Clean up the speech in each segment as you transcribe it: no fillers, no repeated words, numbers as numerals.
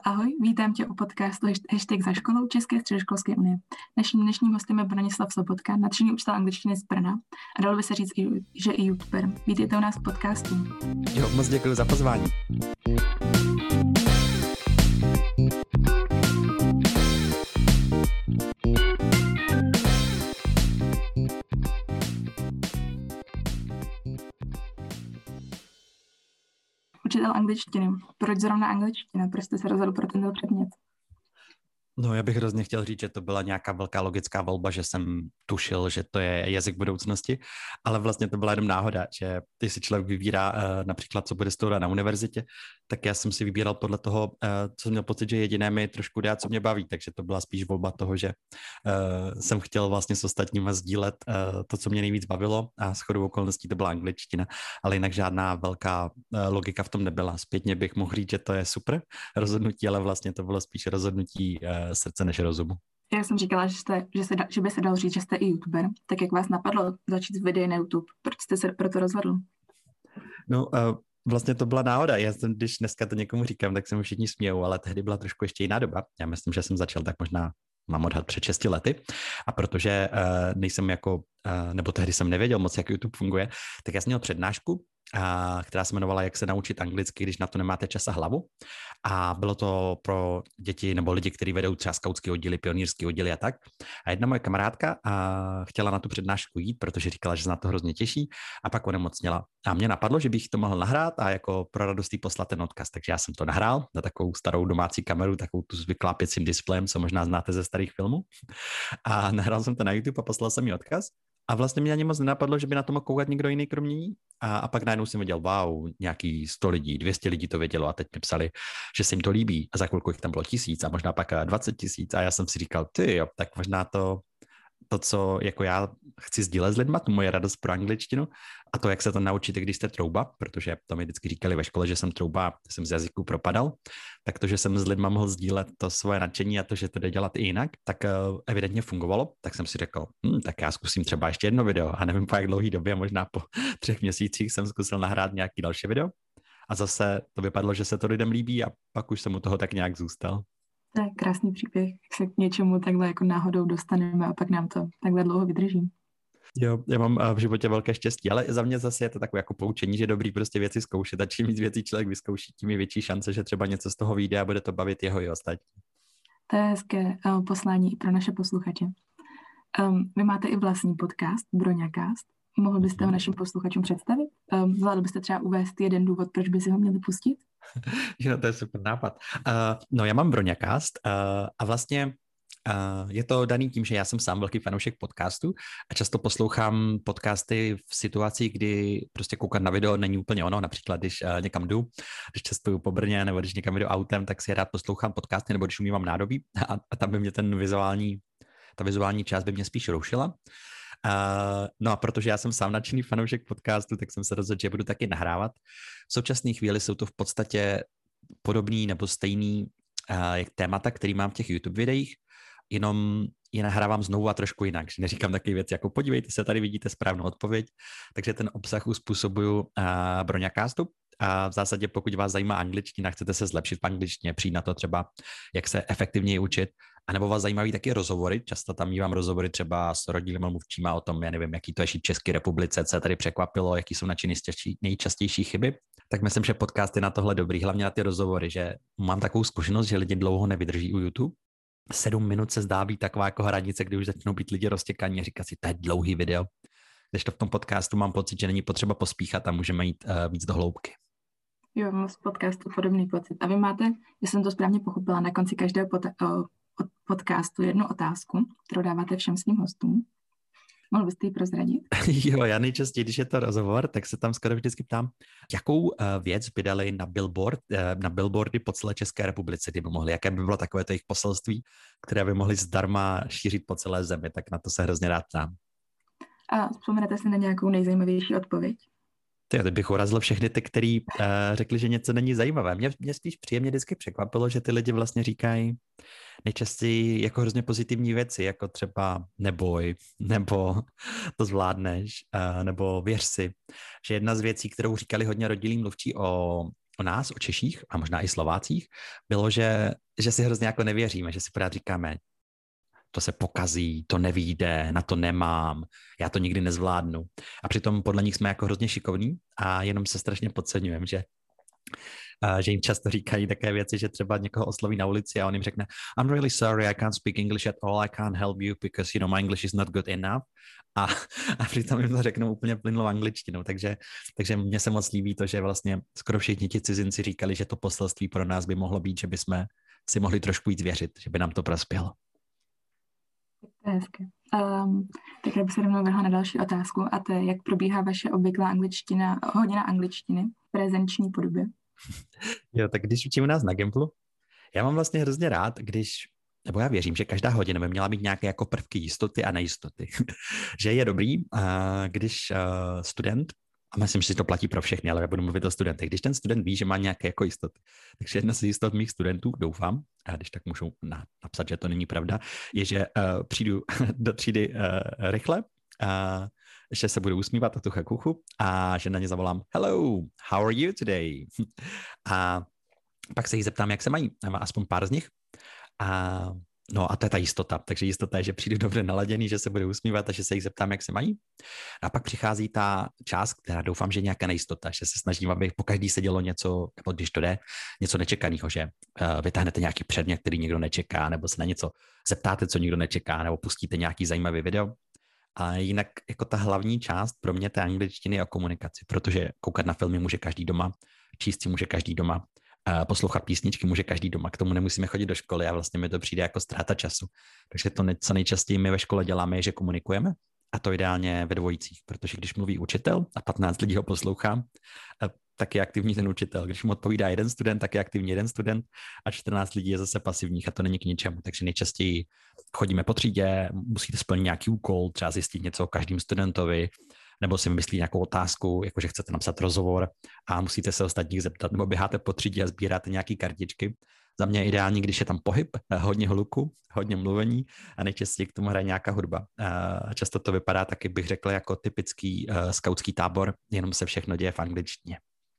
Ahoj, vítám tě u podcastu Hashtag za školou České středoškolské unie. Naším dnešním hostem je Bronislav Sobotka, nadšený učitel angličtiny z Brna a dalo by se říct, že i youtuber. Vítejte u nás v podcastu. Jo, moc děkuji za pozvání. Učitel angličtiny. Proč zrovna angličtina? Proč jste se rozhodl pro tento předmět? No, já bych hrozně chtěl říct, že to byla nějaká velká logická volba, že jsem tušil, že to je jazyk budoucnosti, ale vlastně to byla jenom náhoda, že když si člověk vybírá například, co bude studovat na univerzitě, tak já jsem si vybíral podle toho, co jsem měl pocit, že jediné mi trošku jde, co mě baví, takže to byla spíš volba toho, že jsem chtěl vlastně s ostatníma sdílet to, co mě nejvíc bavilo a shodou okolností to byla angličtina, ale jinak žádná velká logika v tom nebyla. Zpětně bych mohl říct, že to je super rozhodnutí, ale vlastně to bylo spíš rozhodnutí srdce než rozumu. Já jsem říkala, že by se dalo říct, že jste i youtuber. Tak jak vás napadlo začít s videí na YouTube? Proč jste se pro to rozhodl? No, vlastně to byla náhoda. Já jsem, když dneska to někomu říkám, tak se mu všichni smějou, ale tehdy byla trošku ještě jiná doba. Já myslím, že jsem začal tak možná, mám odhad, před 6 lety. A protože nejsem jako, nebo tehdy jsem nevěděl moc, jak YouTube funguje, tak já jsem měl přednášku, která se jmenovala Jak se naučit anglicky, když na to nemáte čas a hlavu. A bylo to pro děti nebo lidi, kteří vedou třeba skautské oddíly, pionýrské oddíly a tak. A jedna moje kamarádka chtěla na tu přednášku jít, protože říkala, že se na to hrozně těší, a pak onemocněla. A mě napadlo, že bych to mohl nahrát a jako pro radost jí poslat ten odkaz. Takže já jsem to nahrál na takovou starou domácí kameru, takovou tu s vyklápěcím displejem, co možná znáte ze starých filmů. A nahrál jsem to na YouTube a poslal jsem jí odkaz. A vlastně mě ani moc nenapadlo, že by na to mohl koukat někdo jiný kromě ní. A pak najednou jsem viděl, wow, nějaký 100 lidí, 200 lidí to vědělo a teď mi psali, že se jim to líbí. A za chvilku jich tam bylo 1000 a možná pak 20 000. A já jsem si říkal, ty jo, tak možná to, co jako já chci sdílet s lidma, tu moje radost pro angličtinu a to, jak se to naučíte, když jste trouba, protože to mi vždycky říkali ve škole, že jsem trouba, jsem z jazyku propadal, tak to, že jsem s lidma mohl sdílet to svoje nadšení a to, že to jde dělat i jinak, tak evidentně fungovalo, tak jsem si řekl, tak já zkusím třeba ještě jedno video a nevím po jak dlouhý době, možná po 3 měsících jsem zkusil nahrát nějaký další video a zase to vypadlo, že se to lidem líbí a pak už jsem u toho tak nějak zůstal. To je krásný příběh, jak se k něčemu takhle jako náhodou dostaneme a pak nám to takhle dlouho vydrží. Jo, já mám v životě velké štěstí, ale za mě zase je to takové jako poučení, že je dobrý prostě věci zkoušet a čím víc věcí člověk vyzkouší, tím je větší šance, že třeba něco z toho vyjde a bude to bavit jeho i ostatní. To je hezké poslání i pro naše posluchače. Vy máte i vlastní podcast, Broňakast. Mohl byste ho našim posluchačům představit? Zvládl byste třeba uvést jeden důvod, proč by si ho měli pustit? Jo, to je super nápad. No, já mám Broňakast a vlastně je to daný tím, že já jsem sám velký fanoušek podcastu a často poslouchám podcasty v situaci, kdy prostě koukat na video není úplně ono, například když někam jdu, když cestuju po Brně nebo když někam jdu autem, tak si rád poslouchám podcasty nebo když umývám nádobí a tam by mě ta vizuální část by mě spíš rušila. No a protože já jsem sám nadšený fanoušek podcastu, tak jsem se rozhodl, že budu taky nahrávat. V současné chvíli jsou to v podstatě podobný nebo stejný jak témata, který mám v těch YouTube videích, jenom je nahrávám znovu a trošku jinak. Že neříkám takové věci jako podívejte se, tady vidíte správnou odpověď, takže ten obsah uspůsobuju Broňacastu. A v zásadě, pokud vás zajímá angličtina, chcete se zlepšit v angličtině, přijít na to třeba, jak se efektivněji učit, anebo vás zajímaví taky rozhovory, často tam mívám rozhovory třeba s rodilými mluvčíma o tom, já nevím, jaký to je žít v České republice, co tady překvapilo, jaký jsou naše nejčastější chyby, tak myslím, že podcast je na tohle dobrý, hlavně na ty rozhovory, že mám takovou zkušenost, že lidi dlouho nevydrží u YouTube. 7 minut se zdá být taková jako hranice, kdy už začnou být lidi roztěkaní a říkat si, to je dlouhý video. Když to v tom podcastu mám pocit, že není potřeba pospíchat a můžeme jít víc do hloubky. Jo, mám z podcastu podobný pocit. A vy máte, jestli jsem to správně pochopila, na konci každého podcastu jednu otázku, kterou dáváte všem svým hostům. Mohl byste ji prozradit? Jo, já nejčastěji, když je to rozhovor, tak se tam skoro vždycky ptám, jakou věc by dali na billboardy po celé České republice, kdyby mohli, jaké by bylo takové to jejich poselství, které by mohli zdarma šířit po celé zemi, tak na to se hrozně rád ptám. A vzpomenete si na nějakou nejzajímavější odpověď? Teď bych urazil všechny ty, kteří řekli, že něco není zajímavé. Mě spíš příjemně vždycky překvapilo, že ty lidi vlastně říkají nejčastěji jako hrozně pozitivní věci, jako třeba neboj, nebo to zvládneš, nebo věř si. Že jedna z věcí, kterou říkali hodně rodilí mluvčí o o nás, o Češích a možná i Slovácích, bylo, že si hrozně jako nevěříme, že si pořád říkáme, to se pokazí, to nevyjde, na to nemám, já to nikdy nezvládnu. A přitom podle nich jsme jako hrozně šikovní a jenom se strašně podceňujeme, že jim často říkají také věci, že třeba někoho osloví na ulici a on jim řekne I'm really sorry, I can't speak English at all, I can't help you because, my English is not good enough. A přitom jim to řeknou úplně plynulou angličtinou. Takže mně se moc líbí to, že vlastně skoro všichni ti cizinci říkali, že to poselství pro nás by mohlo být, že bychom si mohli trošku víc věřit, že by nám to prospělo. To je hezké. Tak já bych se rovnou vrhla na další otázku, a to je, jak probíhá vaše obvyklá hodina angličtiny v prezenční podobě? Jo, tak když učím u nás na Gimplu, já mám vlastně hrozně rád, nebo já věřím, že každá hodina by měla mít nějaké jako prvky jistoty a nejistoty. Že je dobrý, když student, a myslím, že to platí pro všechny, ale já budu mluvit o studentech, když ten student ví, že má nějaké jako jistoty. Takže jedna z jistot mých studentů, doufám, a když tak můžu napsat, že to není pravda, je, že přijdu do třídy rychle, že se budu usmívat a tucha kuchu a že na ně zavolám hello, how are you today? A pak se jí zeptám, jak se mají, aspoň pár z nich. No a to je ta jistota. Takže jistota je, že přijdu dobře naladěný, že se bude usmívat a že se jich zeptám, jak se mají. A pak přichází ta část, která doufám, že je nějaká nejistota, že se snažím, aby pokaždý se dělo něco, nebo když to jde, něco nečekaného, že vytáhnete nějaký předmět, který nikdo nečeká, nebo se na něco zeptáte, co nikdo nečeká, nebo pustíte nějaký zajímavý video. A jinak jako ta hlavní část pro mě té angličtiny je o komunikaci, protože koukat na filmy může každý doma, číst si může každý doma, poslouchat písničky může každý doma, k tomu nemusíme chodit do školy a vlastně mi to přijde jako ztráta času. Takže to, co nejčastěji my ve škole děláme, je, že komunikujeme, a to ideálně ve dvojicích, protože když mluví učitel a 15 lidí ho poslouchá, tak je aktivní ten učitel. Když mu odpovídá jeden student, tak je aktivní jeden student a 14 lidí je zase pasivních a to není k ničemu. Takže nejčastěji chodíme po třídě, musíte splnit nějaký úkol, třeba zjistit něco o každém studentovi, nebo si vymyslí nějakou otázku, jakože chcete napsat rozhovor a musíte se ostatních zeptat, nebo běháte po třídě a sbíráte nějaké kartičky. Za mě je ideální, když je tam pohyb, hodně hluku, hodně mluvení a nejčastěji k tomu hraje nějaká hudba. Často to vypadá taky, bych řekl, jako typický skautský tábor, jenom se všechno děje v angličtině.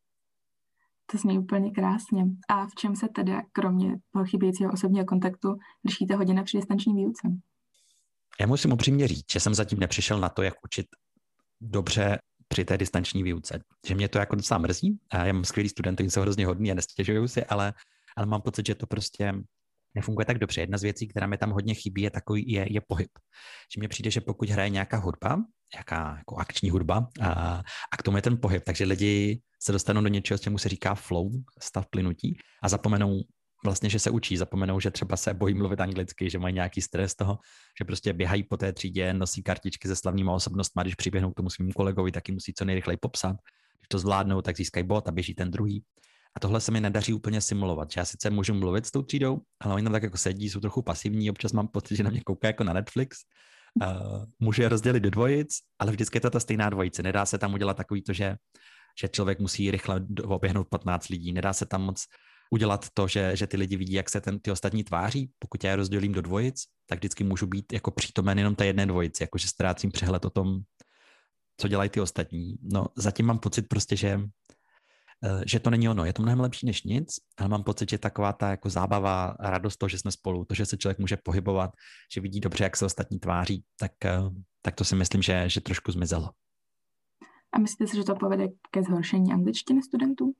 To zní úplně krásně. A v čem se teda, kromě chybějícího osobního kontaktu, lišíte hodina při distanční výuce? Já musím upřímně říct, že jsem zatím nepřišel na to, jak učit dobře při té distanční výuce. Že mě to jako docela mrzí. Já mám skvělý studenty, jsou hrozně hodný a nestěžují si, ale mám pocit, že to prostě nefunguje tak dobře. Jedna z věcí, která mi tam hodně chybí, je pohyb. Že mně přijde, že pokud hraje nějaká hudba, nějaká jako akční hudba, a k tomu je ten pohyb, takže lidi se dostanou do něčeho, čemu se říká flow, stav plynutí, a zapomenou vlastně, že se učí, zapomenou, že třeba se bojí mluvit anglicky, že mají nějaký stres z toho, že prostě běhají po té třídě, nosí kartičky se slavnýma osobnostma, když přiběhnou k tomu svým kolegovi, tak jim musí co nejrychleji popsat. Když to zvládnou, tak získají bod a běží ten druhý. A tohle se mi nedaří úplně simulovat, že já sice můžu mluvit s tou třídou, ale oni tam tak jako sedí, jsou trochu pasivní, občas mám pocit, že na mě kouká jako na Netflix. Můžu je rozdělit do dvojic, ale vždycky je to ta stejná dvojice. Nedá se tam udělat takový to, že člověk musí rychle oběhnout 15 lidí. Nedá se tam moc udělat to, že ty lidi vidí, jak se ty ostatní tváří. Pokud já je rozdělím do dvojic, tak vždycky můžu být jako přítomen jenom té jedné dvojici, jakože ztrácím přehled o tom, co dělají ty ostatní. No, zatím mám pocit prostě, že to není ono. Je to mnohem lepší než nic, ale mám pocit, že taková ta jako zábava, radost toho, že jsme spolu, to, že se člověk může pohybovat, že vidí dobře, jak se ostatní tváří, tak to si myslím, že trošku zmizelo. A myslíte si, že to povede ke zhoršení angličtiny studentů?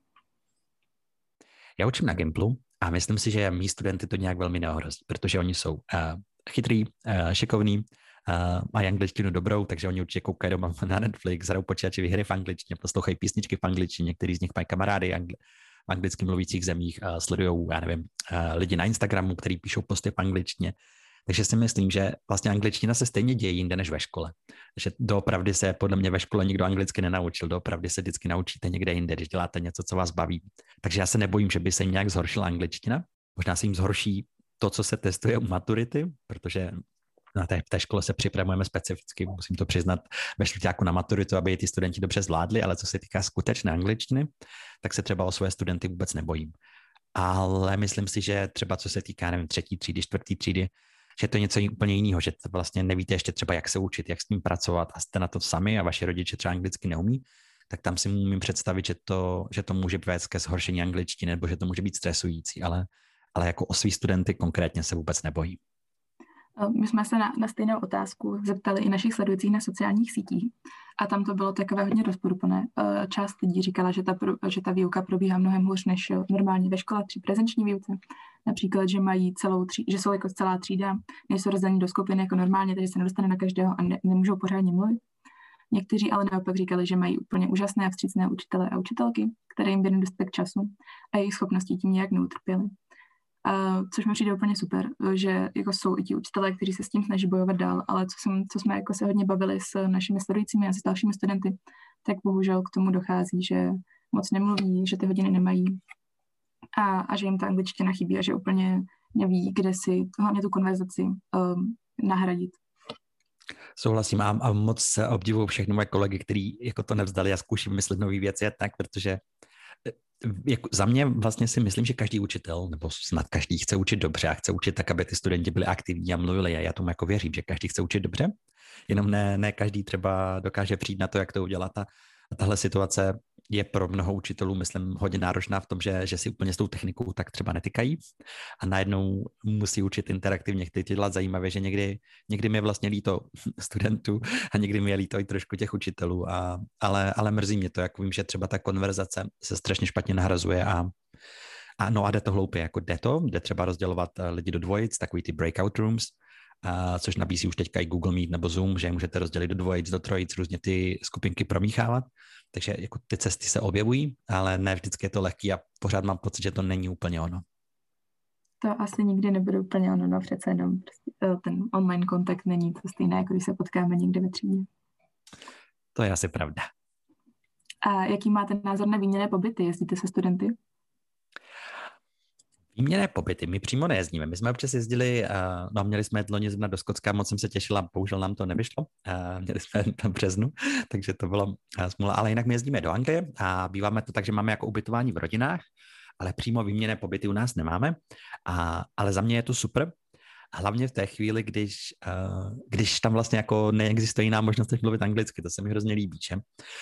Já učím na Gimplu a myslím si, že mý studenty to nějak velmi neohrozí, protože oni jsou chytrý, šikovní, mají angličtinu dobrou, takže oni určitě koukají doma na Netflix, hrajou počítačové hry v angličtině, poslouchají písničky v angličtině, některý z nich mají kamarády v anglicky mluvících zemích, sledují, lidi na Instagramu, kteří píšou posty v angličtině. Takže si myslím, že vlastně angličtina se stejně děje jinde než ve škole. Že doopravdy se podle mě ve škole nikdo anglicky nenaučil, doopravdy se vždycky naučíte někde jinde, když děláte něco, co vás baví. Takže já se nebojím, že by se jim nějak zhoršila angličtina. Možná se jim zhorší to, co se testuje u maturity, protože na té škole se připravujeme specificky, musím to přiznat, ve čtvrťáku na maturitu, aby ty studenti dobře zvládli, ale co se týká skutečné angličtiny, tak se třeba o svoje studenty vůbec nebojím. Ale myslím si, že třeba co se týká, třetí třídy, čtvrtý třídy, že to je něco úplně jiného, že vlastně nevíte ještě třeba, jak se učit, jak s tím pracovat a jste na to sami a vaši rodiče třeba anglicky neumí, tak tam si můžu představit, že to může vést ke zhoršení angličtiny, nebo že to může být stresující, ale jako o svý studenty konkrétně se vůbec nebojím. My jsme se na stejnou otázku zeptali i našich sledujících na sociálních sítích a tam to bylo takové hodně rozporuplné. Část lidí říkala, že ta výuka probíhá mnohem hůř než normálně ve škole při prezenční výuce. Například, že mají že jsou jako celá třída, nejsou rozdělení do skupin jako normálně, takže se nedostane na každého a nemůžou pořádně mluvit. Někteří ale naopak říkali, že mají úplně úžasné a vstřícné učitele a učitelky, které jim věnují dostatek času a jejich schopnosti tím nějak neutrpěly. Což mi přijde úplně super, že jako jsou i ti učitelé, kteří se s tím snaží bojovat dál, ale co jsme jako se hodně bavili s našimi sledujícími a s dalšími studenty, tak bohužel k tomu dochází, že moc nemluví, že ty hodiny nemají a že jim ta angličtina chybí a že úplně neví, kde si hlavně tu konverzaci nahradit. Souhlasím a moc obdivuju všechny moje kolegy, kteří jako to nevzdali a zkouší vymyslet nový věci, tak, protože jako za mě vlastně si myslím, že každý učitel, nebo snad každý chce učit dobře a chce učit tak, aby ty studenti byli aktivní a mluvili. A já tomu jako věřím, že každý chce učit dobře, jenom ne každý třeba dokáže přijít na to, jak to udělat. A tahle situace je pro mnoho učitelů, myslím, hodně náročná v tom, že si úplně s tou technikou tak třeba netykají a najednou musí učit interaktivně, chtějí dělat zajímavě, že někdy mi je vlastně líto studentů a někdy mi je líto i trošku těch učitelů, ale mrzí mě to, jako vím, že třeba ta konverzace se strašně špatně nahrazuje a jde to hloupě, jako jde třeba rozdělovat lidi do dvojic, takový ty breakout rooms, což nabízí už teďka i Google Meet nebo Zoom, že můžete rozdělit do dvojic, do trojic, různě ty skupinky promíchávat. Takže jako ty cesty se objevují, ale ne vždycky je to lehký a pořád mám pocit, že to není úplně ono. To asi nikdy nebude úplně ono, no přece jenom prostě ten online kontakt není to stejné, jako když se potkáme někde ve třídě. To je asi pravda. A jaký máte názor na výměnné pobyty? Jezdíte se studenty? Výměnné pobyty, my přímo nejezdíme. My jsme občas jezdili, měli jsme loni zrovna do Skotska, moc jsem se těšila, bohužel nám to nevyšlo. Měli jsme v březnu, takže to bylo smůla. Ale jinak my jezdíme do Anglie a býváme to tak, že máme jako ubytování v rodinách, ale přímo výměnné pobyty u nás nemáme. Ale za mě je to super. Hlavně v té chvíli, když tam vlastně jako neexistuje jiná možnost, než mluvit anglicky, to se mi hrozně líbí, že?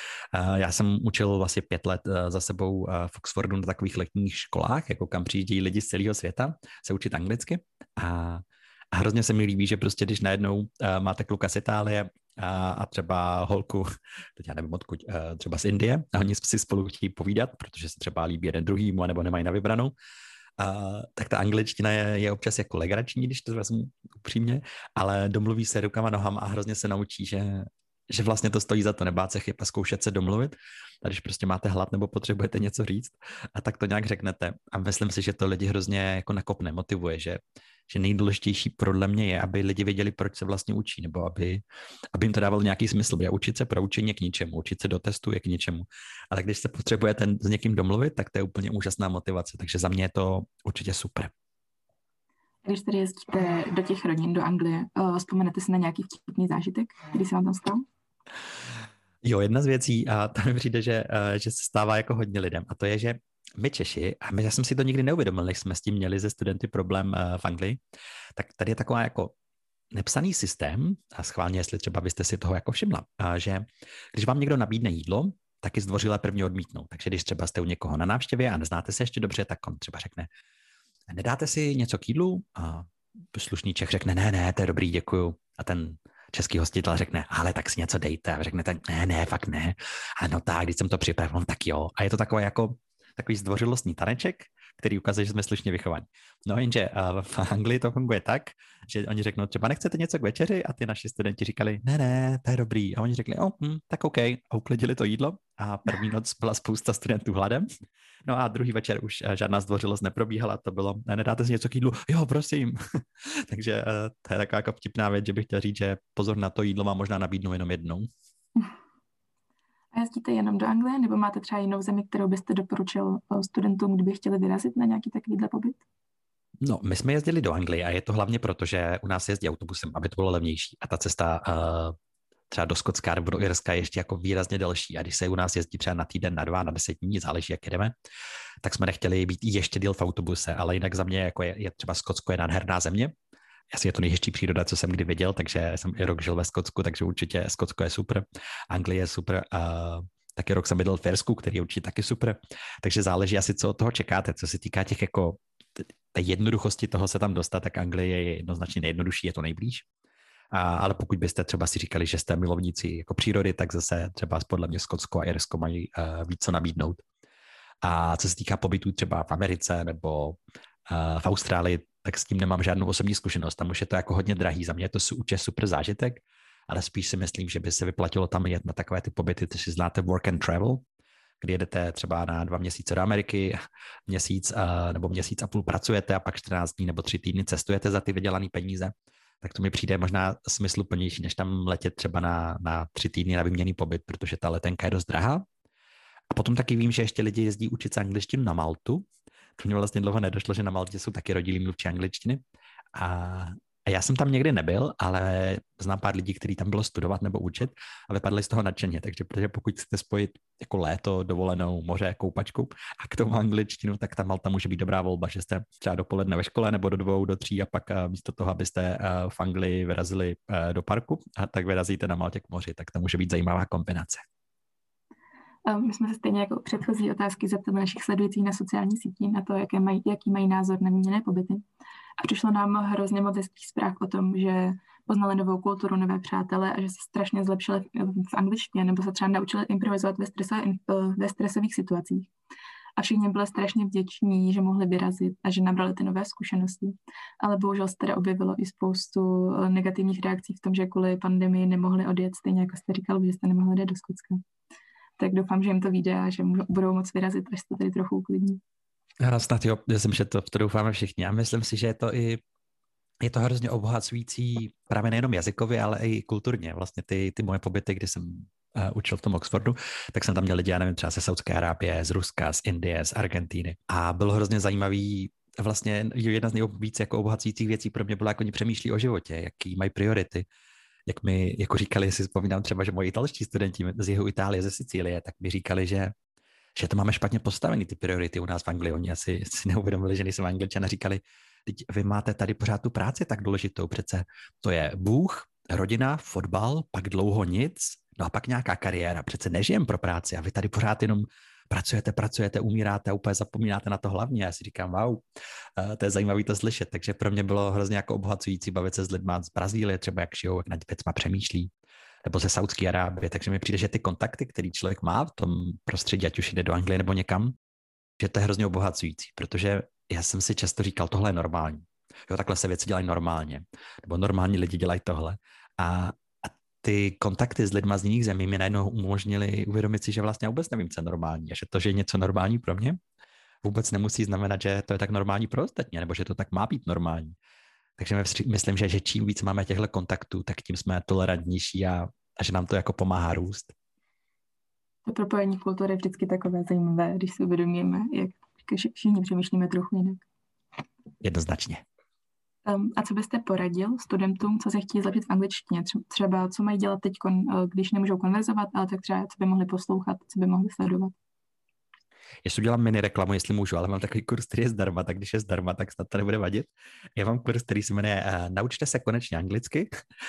Já jsem učil vlastně 5 let za sebou v Oxfordu na takových letních školách, jako kam přijíždějí lidi z celého světa se učit anglicky a hrozně se mi líbí, že prostě když najednou máte kluka z Itálie a třeba holku, teď já nevím odkud, třeba z Indie a oni si spolu chtějí povídat, protože se třeba líbí jeden druhýmu nebo nemají na vybranou, tak ta angličtina je občas jako legrační, když to vezmu upřímně, ale domluví se rukama, nohama a hrozně se naučí, že vlastně to stojí za to, nebát se chyb a zkoušet se domluvit. A když prostě máte hlad nebo potřebujete něco říct, a tak to nějak řeknete. A myslím si, že to lidi hrozně jako nakopne, motivuje, že nejdůležitější podle mě je, aby lidi věděli, proč se vlastně učí, nebo aby jim to dávalo nějaký smysl. Protože učit se pro učení je k ničemu, učit se do testu je k ničemu. Ale když se potřebujete s někým domluvit, tak to je úplně úžasná motivace. Takže za mě je to určitě super. Když tady jezdíte do těch rodin, do Anglie, vzpomenete si na nějaký vtipný zážitek, který se vám tam stal? Jo, jedna z věcí, a to mi přijde, že se stává jako hodně lidem, a to je, že my Češi, a já jsem si to nikdy neuvědomil, než jsme s tím měli ze studenty problém v Anglii, tak tady je taková jako nepsaný systém, a schválně, jestli třeba byste si toho jako všimla, že když vám někdo nabídne jídlo, tak je zdvořile prvně odmítnout. Takže když třeba jste u někoho na návštěvě a neznáte se ještě dobře, tak on třeba řekne, nedáte si něco k jídlu? A slušný Čech řekne, ne, to je dobrý, děkuju. A ten český hostitel řekne, ale tak si něco dejte. A řeknete, ne, fakt ne. A no tak, když jsem to připravil, tak jo. A je to takový jako takový zdvořilostní taneček, který ukazuje, že jsme slušně vychovaní. No jenže v Anglii to funguje tak, že oni řeknou, třeba nechcete něco k večeři a ty naši studenti říkali, ne, to je dobrý. A oni řekli, tak OK. A uklidili to jídlo a první noc byla spousta studentů hladem. No a druhý večer už žádná zdvořilost neprobíhala, to bylo, nedáte si něco k jídlu? Jo, prosím. Takže to je taková jako vtipná věc, že bych chtěl říct, že pozor na to, jídlo vám možná nabídnou jenom jednou. A jezdíte jenom do Anglie, nebo máte třeba jinou zemi, kterou byste doporučil studentům, kdyby chtěli vyrazit na nějaký takovýhle pobyt? No, my jsme jezdili do Anglie a je to hlavně proto, že u nás jezdí autobusem, aby to bylo levnější. A ta cesta třeba do Skotska nebo do Irska je ještě jako výrazně delší. A když se u nás jezdí třeba na týden, na 2, na 10 dní, záleží, jak jedeme, tak jsme nechtěli být ještě díl v autobuse. Ale jinak za mě jako je třeba Skotsko je nádherná země. Asi je to nejhezčí příroda, co jsem kdy viděl, takže jsem i rok žil ve Skotsku, takže určitě Skotsko je super, Anglie je super, taky rok jsem bydlel v Irsku, který je určitě taky super, takže záleží asi, co od toho čekáte, co se týká těch jako té jednoduchosti toho se tam dostat, tak Anglie je jednoznačně nejjednodušší, je to nejblíž. Ale pokud byste třeba si říkali, že jste milovníci jako přírody, tak zase třeba podle mě Skotsko a Irsko mají víc co nabídnout. A co se týká pobytů třeba v Americe nebo v Austrálii, tak s tím nemám žádnou osobní zkušenost. Tam už je to jako hodně drahý. Za mě je to určitě super zážitek, ale spíš si myslím, že by se vyplatilo tam jet na takové ty pobyty, když si znáte work and travel, kdy jedete třeba na 2 měsíce do Ameriky, měsíc nebo měsíc a půl pracujete a pak 14 dní nebo 3 týdny cestujete za ty vydělané peníze, tak to mi přijde možná smysluplnější, než tam letět třeba na 3 týdny na vyměněný pobyt, protože ta letenka je dost drahá. A potom taky vím, že ještě lidi jezdí učit se angličtinu na Maltu. To mě vlastně dlouho nedošlo, že na Maltě jsou taky rodilí mluvčí angličtiny. A já jsem tam někdy nebyl, ale znám pár lidí, kteří tam bylo studovat nebo učit a vypadli z toho nadšeně. Takže protože pokud chcete spojit jako léto, dovolenou, moře, koupačku a k tomu angličtinu, tak ta Malta může být dobrá volba, že jste třeba dopoledne ve škole nebo do 2, do 3 a pak místo toho, abyste v Anglii vyrazili do parku, a tak vyrazíte na Maltě k moři, tak to může být zajímavá kombinace. My jsme se stejně jako předchozí otázky zeptali našich sledujících na sociální sítí na to, jaký mají názor na míněné pobyty. A přišlo nám hrozně moc hezkých zpráv o tom, že poznali novou kulturu, nové přátelé a že se strašně zlepšili v angličtině nebo se třeba naučili improvizovat ve stresových situacích. A všichni byli strašně vděční, že mohli vyrazit a že nabrali ty nové zkušenosti. Ale bohužel se teda objevilo i spoustu negativních reakcí v tom, že kvůli pandemii nemohli odjet, stejně jako jste říkal, že jste nemohli odjet do Skotska. Tak doufám, že jim to vyjde a že budou moc vyrazit, až se tady trochu uklidní. Snad jo, myslím, že to doufáme všichni. A myslím si, že je to hrozně obohacující právě nejenom jazykově, ale i kulturně. Vlastně ty moje pobyty, kdy jsem učil v tom Oxfordu, tak jsem tam měl lidi, já nevím, třeba ze Saudské Arábie, z Ruska, z Indie, z Argentíny. A bylo hrozně zajímavý, vlastně jedna z nejvíc jako obohacujících věcí pro mě byla, jak oni přemýšlí o životě, jaký mají priority. Jak mi jako říkali, si vzpomínám třeba, že moji italští studenti z jihu Itálie, ze Sicílie, tak mi říkali, že to máme špatně postavený, ty priority u nás v Anglii. Oni asi si neuvědomili, že nejsem Angličan a říkali, teď vy máte tady pořád tu práci tak důležitou, přece to je Bůh, rodina, fotbal, pak dlouho nic, no a pak nějaká kariéra, přece nežijem pro práci a vy tady pořád jenom pracujete, umíráte a úplně zapomínáte na to hlavně. Já si říkám, wow, to je zajímavé to slyšet, takže pro mě bylo hrozně jako obohacující bavit se s lidma z Brazílie, třeba jak žijou, jak nad věcma přemýšlí, nebo ze Saudské Arábie, takže mi přijde, že ty kontakty, který člověk má v tom prostředí, ať už jde do Anglie nebo někam, že to je hrozně obohacující, protože já jsem si často říkal, tohle je normální. Jo, takhle se věci dělají normálně, nebo normální lidi dělají tohle. A ty kontakty s lidma z jiných zemí mi najednou umožnili uvědomit si, že vlastně vůbec nevím, co je normální a že to, že je něco normální pro mě, vůbec nemusí znamenat, že to je tak normální pro ostatní, nebo že to tak má být normální. Takže myslím, že čím víc máme těchto kontaktů, tak tím jsme tolerantnější a že nám to jako pomáhá růst. To propojení kultury je vždycky takové zajímavé, když si uvědomíme, jak všichni přemýšlíme trochu jinak. Jednoznačně. A co byste poradil studentům, co se chtějí zlepšit v angličtině? Třeba co mají dělat teď, když nemůžou konverzovat, ale tak třeba co by mohli poslouchat, co by mohli sledovat? Ještě udělám mini reklamu, jestli můžu, ale mám takový kurz, který je zdarma, tak když je zdarma, tak snad to nebude vadit. Já mám kurz, který se jmenuje Naučte se konečně anglicky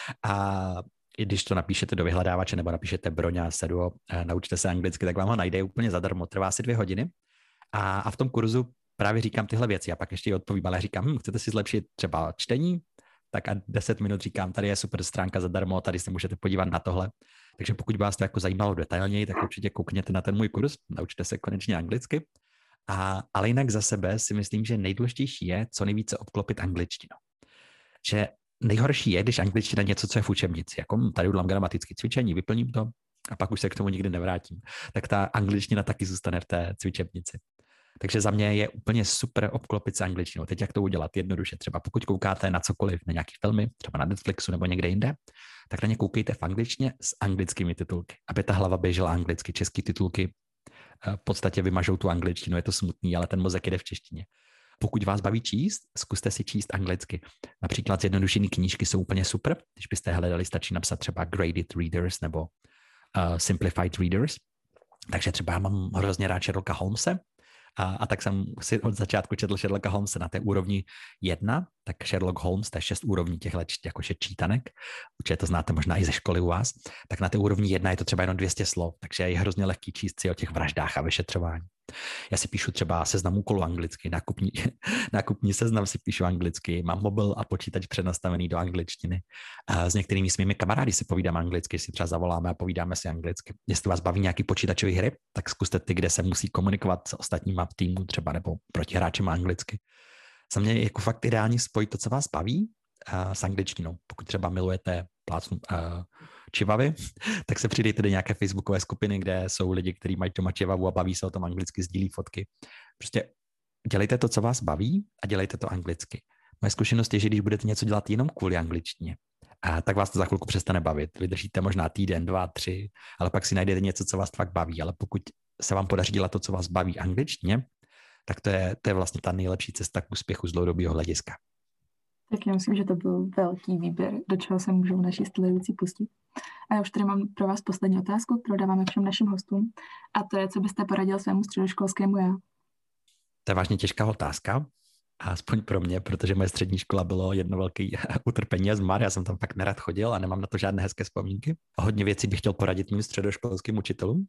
a i když to napíšete do vyhledávače nebo napíšete Broňa Seduo, naučte se anglicky, tak vám ho najde úplně zadarmo, trvá asi 2 hodiny a v tom kurzu právě říkám tyhle věci a pak ještě odpovím, ale říkám, chcete si zlepšit třeba čtení, tak a 10 minut říkám, tady je super stránka zadarmo, tady se můžete podívat na tohle. Takže pokud vás to jako zajímalo detailněji, tak určitě koukněte na ten můj kurz, naučte se konečně anglicky. Ale jinak za sebe si myslím, že nejdůležitější je co nejvíce obklopit angličtinu. Že nejhorší je, když angličtina je něco, co je v učebnici, jako tady udělám gramatické cvičení, vyplním to a pak už se k tomu nikdy nevrátím. Tak ta angličtina taky zůstane v té cvičebnici. Takže za mě je úplně super obklopit se angličtinou. Teď jak to udělat? Jednoduše. Třeba pokud koukáte na cokoliv, na nějaký filmy, třeba na Netflixu nebo někde jinde, tak na ně koukejte v angličtině s anglickými titulky, aby ta hlava běžela anglicky. České titulky v podstatě vymažou tu angličtinu, je to smutný, ale ten mozek jde v češtině. Pokud vás baví číst, zkuste si číst anglicky. Například zjednodušené knížky jsou úplně super. Když byste hledali, stačí napsat třeba Graded Readers nebo Simplified Readers. Takže třeba mám hrozně rád Sherlocka Holmese, a tak jsem si od začátku četl Sherlocka Holmese na té úrovni 1 tak Sherlock Holmes, to je 6 úrovní těchto jakože čítanek, určitě to znáte možná i ze školy u vás, tak na té úrovni 1 je to třeba jenom 200 slov, takže je hrozně lehký číst si o těch vraždách a vyšetřování. Já si píšu třeba seznam úkolů anglicky, nákupní seznam si píšu anglicky, mám mobil a počítač přednastavený do angličtiny. A s některými svými kamarády si povídám anglicky, si třeba zavoláme a povídáme si anglicky. Jestli vás baví nějaký počítačové hry, tak zkuste ty, kde se musí komunikovat s ostatníma v týmu třeba nebo proti hráčům anglicky. Za mě je jako fakt ideální spojit to, co vás baví, s angličtinou. Pokud třeba milujete plácnu čivavy, tak se přidejte do nějaké facebookové skupiny, kde jsou lidi, kteří mají doma čivavu a baví se o tom anglicky, sdílí fotky. Prostě dělejte to, co vás baví a dělejte to anglicky. Moje zkušenost je, že když budete něco dělat jenom kvůli angličtině, tak vás to za chvilku přestane bavit. Vydržíte možná týden, 2, 3, ale pak si najdete něco, co vás fakt baví. Ale pokud se vám podaří dělat to, co vás baví angličtině, tak to je vlastně ta nejlepší cesta k úspěchu z dlouhodobého hlediska. Tak já myslím, že to byl velký výběr, do čeho se můžou naši sledující pustit. A já už tady mám pro vás poslední otázku, kterou dáváme všem našim hostům. A to je, co byste poradil svému středoškolskému já? To je vážně těžká otázka, aspoň pro mě, protože moje střední škola bylo jedno velké utrpení a zmar. Já jsem tam fakt nerad chodil a nemám na to žádné hezké vzpomínky. Hodně věcí bych chtěl poradit mým středoškolským učitelům,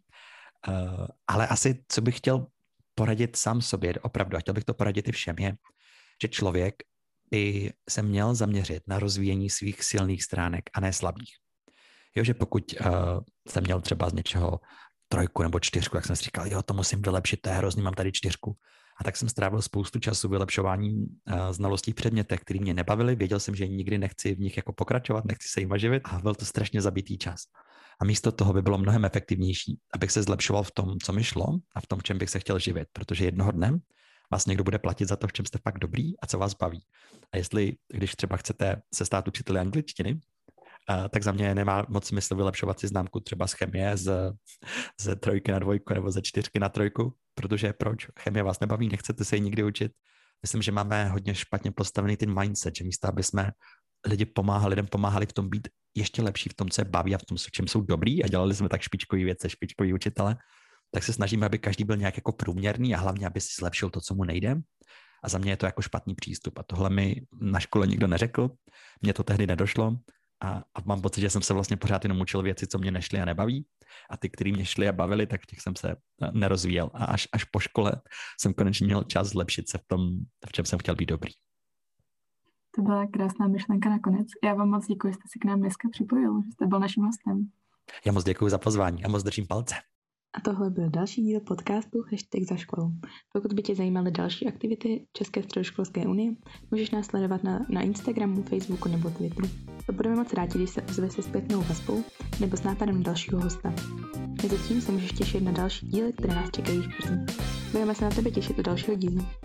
ale asi, co bych chtěl poradit sám sobě, opravdu, a chtěl bych to poradit i všem, je, že člověk by se měl zaměřit na rozvíjení svých silných stránek a ne slabých. Jo, že pokud jsem měl třeba z něčeho 3 nebo 4, tak jsem si říkal, jo, to musím vylepšit, to je hrozný, mám tady 4. A tak jsem strávil spoustu času vylepšováním znalostí v předmětech, které mě nebavily. Věděl jsem, že nikdy nechci v nich jako pokračovat, nechci se jim živit a byl to strašně zabitý čas. A místo toho by bylo mnohem efektivnější, abych se zlepšoval v tom, co mi šlo a v tom, v čem bych se chtěl živit, protože jednoho dne vás někdo bude platit za to, v čem jste fakt dobrý a co vás baví. A když třeba chcete se stát učiteli angličtiny, tak za mě nemá moc smysl vylepšovat si známku třeba z chemie ze 3 na 2 nebo ze 4 na 3, protože proč? Chemie vás nebaví, nechcete se ji nikdy učit. Myslím, že máme hodně špatně postavený ten mindset, že místo, aby jsme lidem pomáhali v tom být ještě lepší v tom, co je baví a v tom, v čem jsou dobrý a dělali jsme tak špičkový věci, špičkový učitele, tak se snažíme, aby každý byl nějak jako průměrný a hlavně, aby si zlepšil to, co mu nejde. A za mě je to jako špatný přístup. A tohle mi na škole nikdo neřekl, mně to tehdy nedošlo a mám pocit, že jsem se vlastně pořád jenom učil věci, co mě nešly a nebaví. A ty, který mě šly a bavily, tak těch jsem se nerozvíjel. A až po škole jsem konečně měl čas zlepšit se v tom, v čem jsem chtěl být dobrý. To byla krásná myšlenka nakonec. Já vám moc děkuji, že jste si k nám dneska připojil, že jste byl naším hostem. Já moc děkuji za pozvání a moc držím palce. A tohle byl další díl podcastu #za školou. Pokud by tě zajímaly další aktivity České středoškolské unie, můžeš nás sledovat na Instagramu, Facebooku nebo Twitteru. To budeme moc rádi, když se ozve se zpětnou vazbou nebo s nápadem dalšího hosta. Mezitím se můžeš těšit na další díly, které nás čekají již brzy. Budeme se na tebe těšit u dalšího dílu.